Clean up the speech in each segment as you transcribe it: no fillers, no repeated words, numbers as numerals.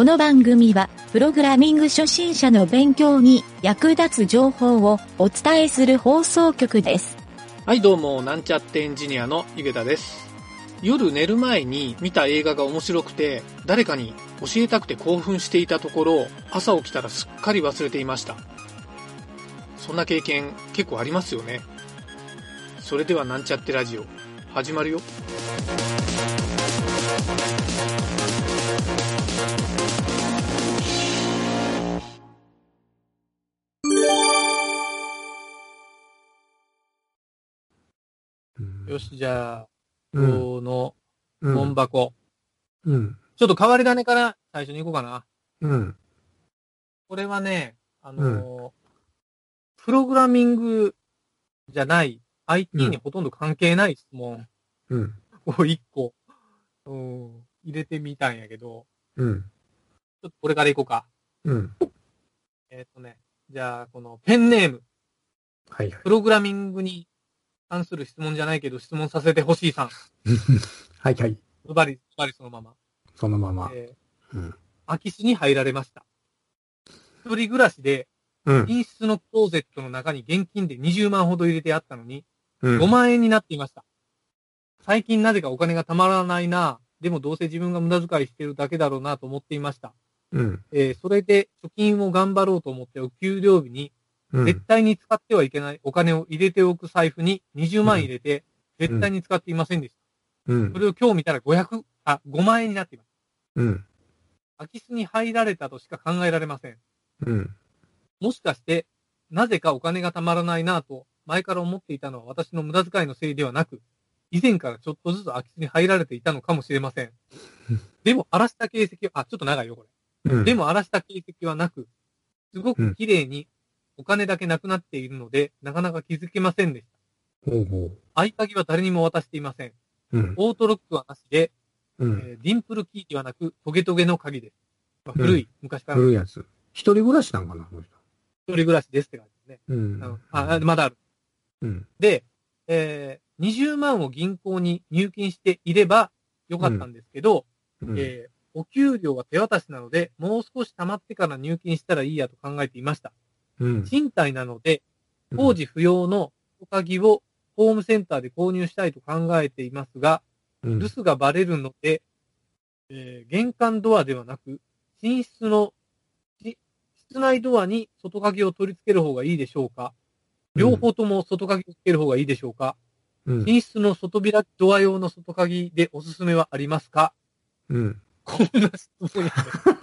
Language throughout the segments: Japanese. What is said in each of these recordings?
の番組は、プログラミング初心者の勉強に役立つ情報をお伝えする放送局です。 はい、どうも、なんちゃってエンジニアの井桁です。夜寝る前に見た映画が面白くて、誰かに教えたくて興奮していたところ、朝起きたらすっかり忘れていました。そんな経験結構ありますよね。それではなんちゃってラジオ、始まるよ。よし、じゃあ、今日の本箱、ちょっと変わり種から最初に行こうかな。これはね、プログラミングじゃない、IT にほとんど関係ない質問を一個、入れてみたんやけど、ちょっとこれから行こうか。じゃあ、このペンネーム。プログラミングに関する質問じゃないけど、質問させてほしいさん。 はいはい。 ズバリそのまま。 そのまま。 空き巣に入られました。一人暮らしで、寝室のクローゼットの中に現金で20万ほど入れてあったのに、5万円になっていました。最近なぜかお金がたまらないな。でもどうせ自分が無駄遣いしてるだけだろうなと思っていました。それで貯金を頑張ろうと思ってお給料日に、絶対に使ってはいけないお金を入れておく財布に20万入れて、絶対に使っていませんでした。それを今日見たら5万円になっています。空き巣に入られたとしか考えられません。もしかして、なぜかお金がたまらないなぁと前から思っていたのは私の無駄遣いのせいではなく、以前からちょっとずつ空き巣に入られていたのかもしれません。でも荒らした形跡は、ちょっと長いよこれ。でも荒らした形跡はなく、すごく綺麗にお金だけなくなっているので、なかなか気づけませんでした。合鍵は誰にも渡していません。オートロックはなしで、ディンプルキーではなくトゲトゲの鍵です。古い、昔から。 古いやつ。一人暮らしなんかな、この人。 一人暮らしですって感じですね。まだある。で、20万を銀行に入金していればよかったんですけど、お給料は手渡しなので、もう少し貯まってから入金したらいいやと考えていました。賃貸なので、工事不要のお鍵をホームセンターで購入したいと考えていますが、留守がバレるので、玄関ドアではなく、寝室の室内ドアに外鍵を取り付ける方がいいでしょうか、両方とも外鍵をつける方がいいでしょうか、寝室の外開きドア用の外鍵でおすすめはありますか？こんな質問やね。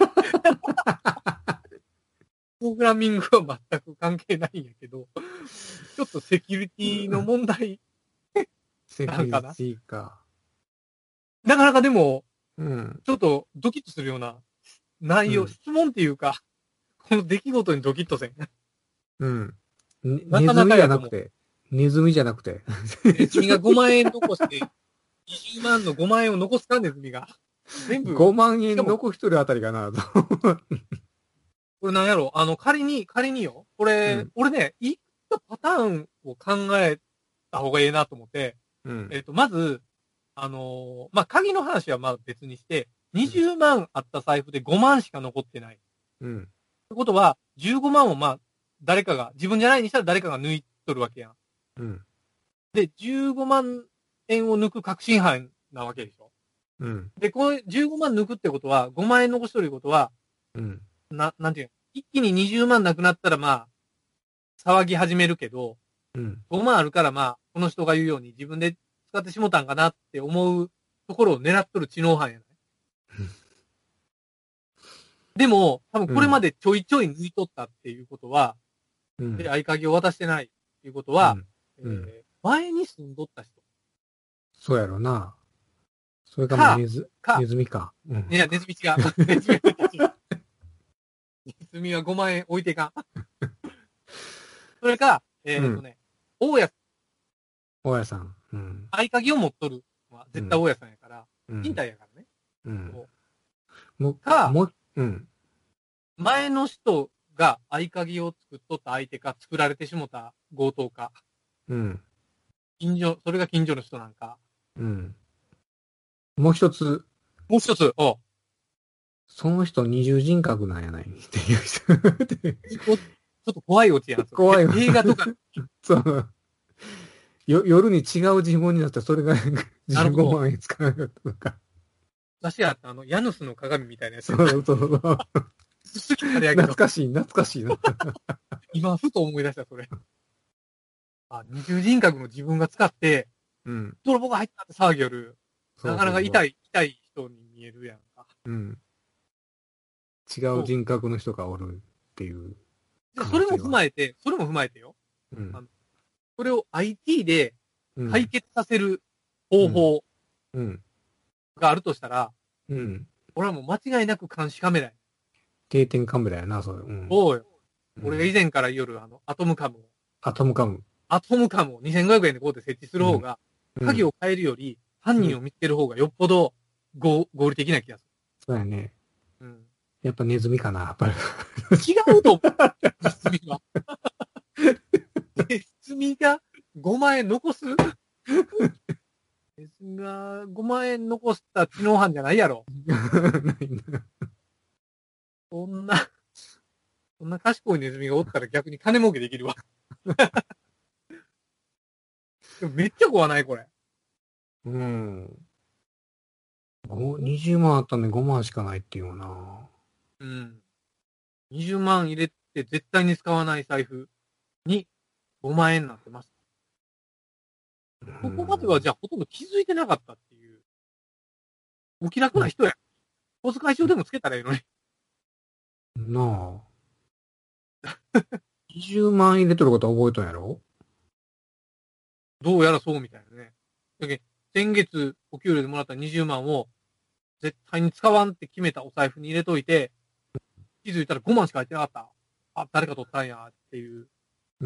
プログラミングは全く関係ないんやけど、ちょっとセキュリティの問題なんかな。 セキュリティか。 なかなかでも、ちょっとドキッとするような内容、質問っていうか、この出来事にドキッとせん。 ネズミじゃなくて。ネズミじゃなくて。 ネズミが5万円残して、20万の5万円を残すか、ネズミが。全部。 5万円残しとるあたりかなと。 これなんやろ、仮によ、これ、俺ね、いったパターンを考えた方がいいなと思って、まず、鍵の話はまあ別にして、20万あった財布で5万しか残ってない。ってことは、15万を誰かが、自分じゃないにしたら誰かが抜いとるわけやん。で、15万円を抜く確信犯なわけでしょ。で、この15万抜くってことは、5万円残しとることは、なんていうの、一気に20万なくなったら騒ぎ始めるけど、5万あるからこの人が言うように自分で使ってしもたんかなって思うところを狙っとる知能犯やない。でも、多分これまでちょいちょい抜いとったっていうことは、で、合鍵を渡してないっていうことは、前に住んどった人。 そうやろな。それかネズミか。 いや、ネズミ違う。ネズミは5万円置いていかん。それか、大家さん。合鍵を持っとるのは絶対大家さんやから、賃貸やからね。前の人が合鍵を作っとった相手か、作られてしもた強盗か。それが近所の人なんか。 もう一つ。 その人二重人格なんやないっていう人。 ちょっと怖いオチやん。 怖い映画とか。 そう。夜に違う自分になってそれが15万円使わなかったとか。 私あったヤヌスの鏡みたいなやつ。 そうそうそう。懐かしいな。 今、ふと思い出した、それ。二重人格の自分が使って、 うん。 泥棒が入ったって騒ぎよる。なかなか痛い人に見えるやんか。 うん。違う人格の人がおるっていう。 それも踏まえてよ。 うん。 それを IT で解決させる方法があるとしたら、 うん。 俺はもう間違いなく監視カメラや。 定点カメラやな、それ。うん。 そうよ。俺が以前から言うアトムカムを2500円でこうで設置する方が、鍵を変えるより、犯人を見つける方がよっぽど合理的な気がする。 そうやね。 うん。 やっぱネズミかな、やっぱり。 違うと思う。ネズミは。ネズミが5万円残す？ネズミが5万円残した知能犯じゃないやろ。そんな賢いネズミがおったら逆に金儲けできるわ。でもめっちゃ怖ないこれ。 うん。20万あったんで5万しかないっていうよな。 うん。20万入れて絶対に使わない財布に5万円になってます。ここまではじゃあほとんど気づいてなかったっていう。お気楽な人や。小遣い帳でもつけたらいいのに。 なあ。20万入れとることは覚えたんやろ？ どうやらそうみたいなね。だけど先月お給料でもらった20万を絶対に使わんって決めたお財布に入れといて、気づいたら5万しか入ってなかった。誰か取ったんやっていう。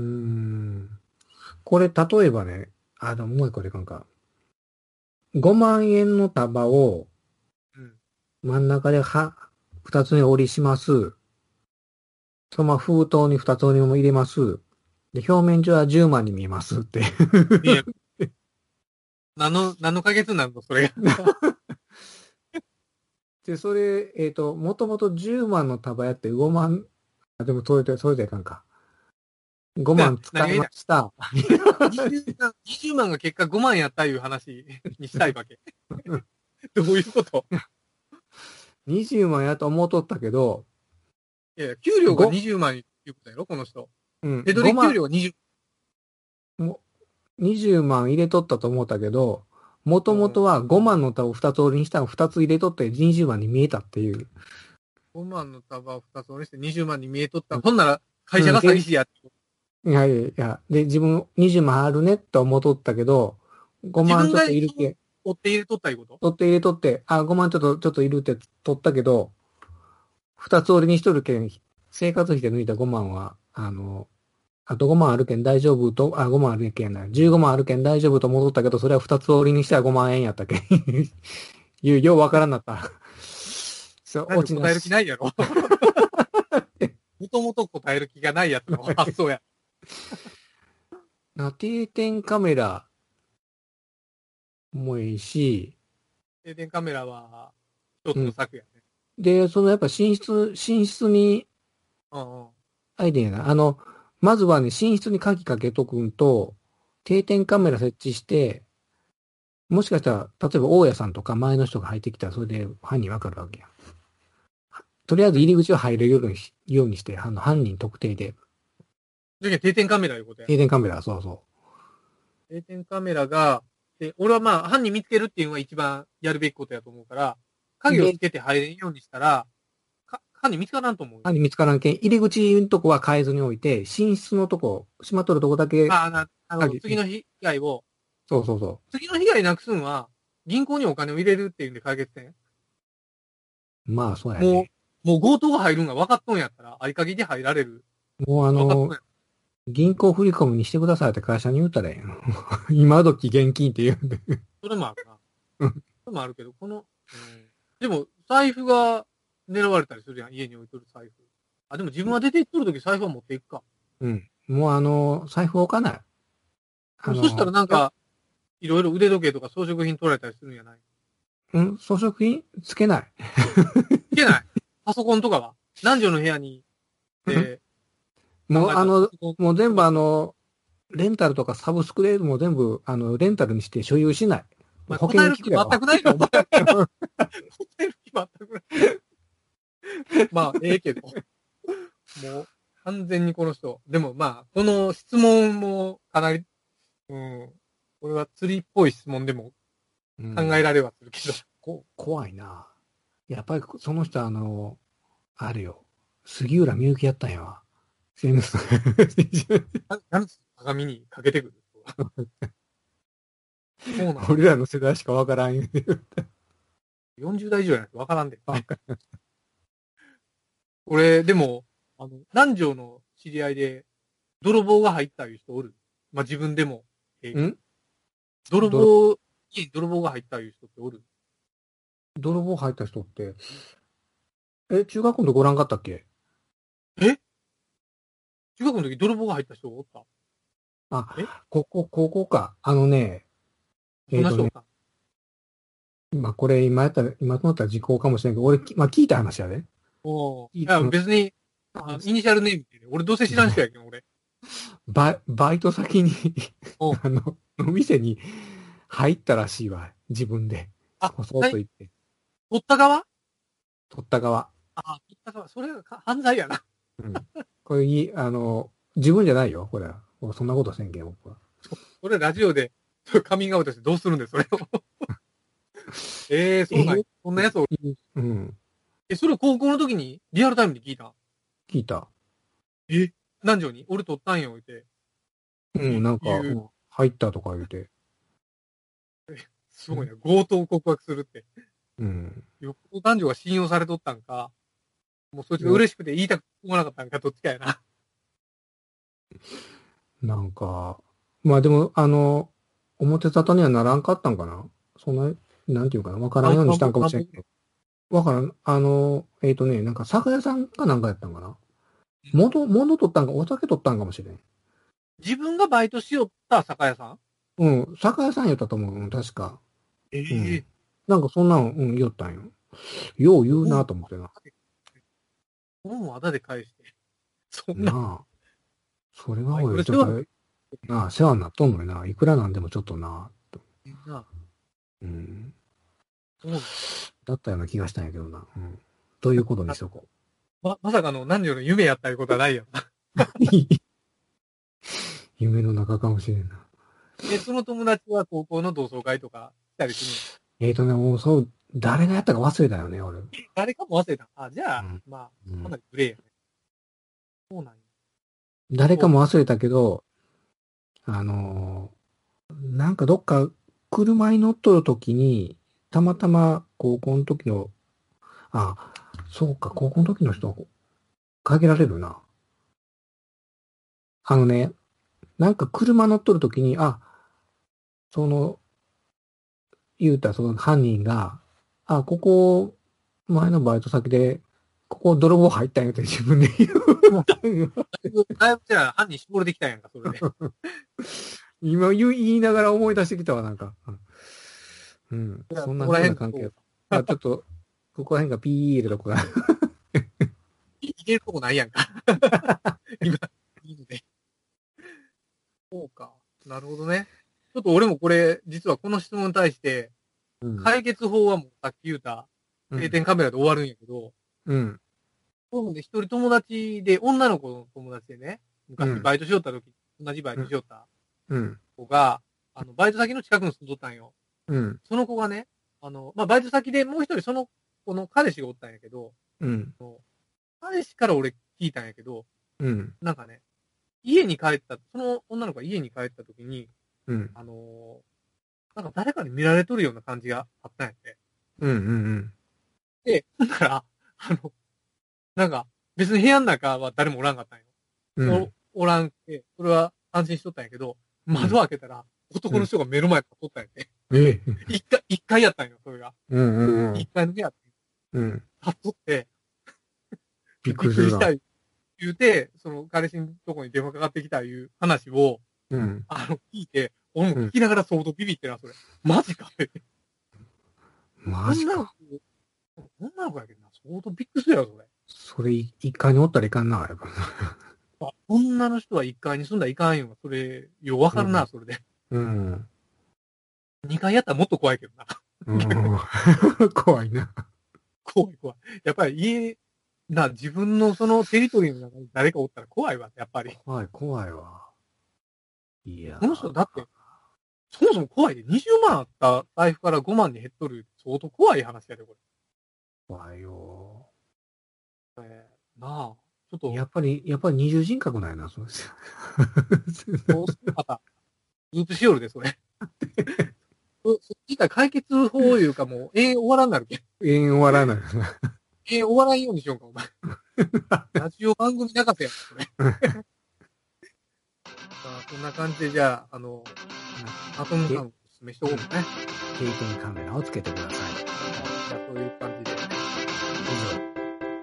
これ例えばね、もう一個でいかんか。5万円の束を、真ん中で2つに折りします。そのまま封筒に2つ折りも入れます。で、表面上は10万に見えますって。 いや、何のヶ月なのそれが。 で、それ、もともと10万の束やって5万、でもそれでいかんか。5万使いました。 20万が結果5万やったいう話にしたいわけ。どういうこと ?20 万やと思うとったけど、 いや、給料が20万いうことやろこの人。 うん。 手取り給料が20 万。20万入れとったと思ったけど、もともとは5万の束を2つ折りにしたの2つ入れとって20万に見えたっていう。 5万の束を2つ折りして20万に見えとった。ほんなら会社が詐欺師やって。 いや。で、自分20万あるねって思っとったけど、5万ちょっといるって。 取って入れとったいうこと？ 取って入れとって、5万ちょっといるって取ったけど、2つ折りにしとるけん、生活費で抜いた5万は、あと5万あるけん大丈夫と、5万あるけんな。15万あるけん大丈夫と戻ったけど、それは2つ折りにしては5万円やったけん。ようわからんなった。 そう、落ち答える気ないやろ。もともと答える気がないやつの発想や。 定点カメラもいいし、 定点カメラは一つの策やね。 で、やっぱ寝室に、アイデアな。まずはね、寝室に鍵かけとくんと、定点カメラ設置して、もしかしたら、例えば大家さんとか前の人が入ってきたら、それで犯人わかるわけや。とりあえず入り口は入れるようにして、犯人特定で。 定点カメラいうことや。 定点カメラ、そうそう。 定点カメラが、俺はまあ、犯人見つけるっていうのが一番やるべきことやと思うから、鍵をつけて入れんようにしたら、犯人見つからんと思う。 犯人見つからんけん、入り口のとこは変えずに置いて、寝室のとこ、閉まっとるとこだけ。 次の被害を。 そう。 次の被害なくすんは、銀行にお金を入れるっていうんで解決せん。 まあ、そうやね。 もう強盗が入るんが分かっとんやったら、合鍵で入られる。 もう銀行振り込みにしてくださいって会社に言ったらええん。今時現金って言うんで。 それもあるな。それもあるけど、でも、財布が狙われたりするやん、家に置いとる財布。でも自分は出て行っとるとき財布は持っていくか。 うん。もう財布置かない。 そしたらなんか、いろいろ腕時計とか装飾品取られたりするんやない？ 装飾品つけない。 つけない。 パソコンとかは南條の部屋に、 もう全部レンタルとかサブスクでも全部、レンタルにして所有しない。 保険聞くよ。全くないよ、お前。答える気全くない。まあ、ええけど。もう、完全にこの人。でもまあ、この質問もかなり、これは釣りっぽい質問でも考えられはするけど。 怖いな。やっぱりその人あるよ。杉浦みゆきやったんやわ。 鏡にかけてくる。そうなん俺らの世代しかわからんよ。 40代以上じゃなくてわからんで。俺、でも、南條の知り合いで、泥棒が入ったいう人おる。まあ、自分でも。家に泥棒が入ったいう人っておる。 泥棒入った人って、中学校の時ごらんかったっけ？ 中学の時泥棒が入った人おった？ 高校か。まあ、これ今となったら時効かもしれんけど、俺、まあ、聞いた話やで。 いや、別に、イニシャルネームって、俺どうせ知らん人やけど、俺。 バイト先に店に入ったらしいわ。自分で。こそっと言って。 取った側。 取った側。 それは犯罪やな。 これ自分じゃないよ、これは。そんなことせんけん、僕は。 これラジオでカミングアウトしてどうするんです、それを。そうなんや。そんなやつを。それを高校の時にリアルタイムで聞いた？ 聞いた。 南條に俺取ったんよ、言うて。 なんか、入ったとか言うて。 すごいね。強盗告白するって。よっぽど南條が信用されとったんか、もうそいつが嬉しくて言いたくもなかったんか、どっちかやな。 なんか、まあでも、表沙汰にはならんかったんかな？そんな、なんていうかな、わからんようにしたんかもしれんけど。わからん。なんか酒屋さんかなんかやったんかな？物取ったんか、お酒取ったんかもしれん。 自分がバイトしよった酒屋さん？酒屋さんやったと思う。確か。なんかそんなの、言ったんよ。よう言うなと思ってな。 本をあだで返して。そんなあ。それが俺、ちょっと、世話になっとんのにな。いくらなんでもちょっとな。だったような気がしたんやけどな。ということにしとこう。まさかの南條の夢やったいうことはないよな。 夢の中かもしれんな。 その友達は高校の同窓会とかしたりするの？もうそう、誰がやったか忘れたよね、俺。 誰かも忘れた。じゃあ、まあ、かなりグレーよね。そうなんや。 誰かも忘れたけど、なんかどっか車に乗っとるときに、たまたま高校の時の、そうか、高校の時の人、限られるな。なんか車乗っとるときに、言うたその犯人が、ここ、前のバイト先で、ここ泥棒入ったんやって自分で言う。 だいぶじゃあ犯人絞れてきたんやんか、それで。 今言いながら思い出してきたわ、なんか。そんな風な関係。ちょっと、ここら辺がピー入れるとこが。 入れるとこないやんか。今、いいので。そうか。なるほどね。ちょっと俺もこれ、実はこの質問に対して、解決法はもうさっき言うた、定点カメラで終わるんやけど、そうで、一人友達で、女の子の友達でね、昔バイトしよった時、同じバイトしよった子が、バイト先の近くに住んどったんよ。その子がね、まあ、バイト先でもう一人その子の彼氏がおったんやけど、彼氏から俺聞いたんやけど、なんかね、その女の子が家に帰った時に、なんか誰かに見られとるような感じがあったんやって。で、だから、なんか、別に部屋の中は誰もおらんかったんよ。おらんって、それは安心しとったんやけど、窓開けたら、男の人が目の前から撮ったんやって。一回やったんよ、それが。一回の部屋って。立っとって、びっくりした言うて、その彼氏のとこに電話かかってきたいう話を、聞いて、俺も聞きながら相当ビビってな、それ。マジかって。 マジか。 女の子やけどな、 相当びっくりするやろ、それ。 それ、1階におったらいかんな、やっぱ。 女の人は1階に住んだらいかんよ。それ、ようわかるな、それで。 うん。 2階やったらもっと怖いけどな。 怖いな。 怖い。やっぱり自分のそのテリトリーの中に誰かおったら怖いわ、やっぱり。 怖いわ。いや。 この人、だって、そもそも怖いで、20万あった財布から5万に減っとる、相当怖い話やで、これ。 怖いよ。 なあ、ちょっと。 やっぱり二重人格なんやな、そうですよ。 そうするまた、ループしよるで、それ。そっちが解決法いうかもう、永遠終わらんなるけん。 永遠終わらない。 永遠終わらんようにしようか、お前。ラジオ番組泣かせやん、それ。こんな感じで、じゃあ、アトムさんをお勧めしておこうね。 定点カメラをつけてください。 じゃあ、そういう感じで。以上。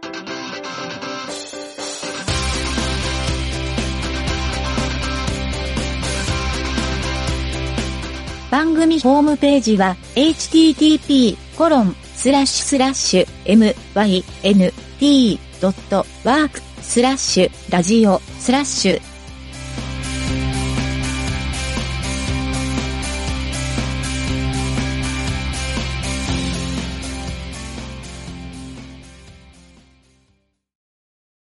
番組ホームページは http://myn.t.work/ラジオ/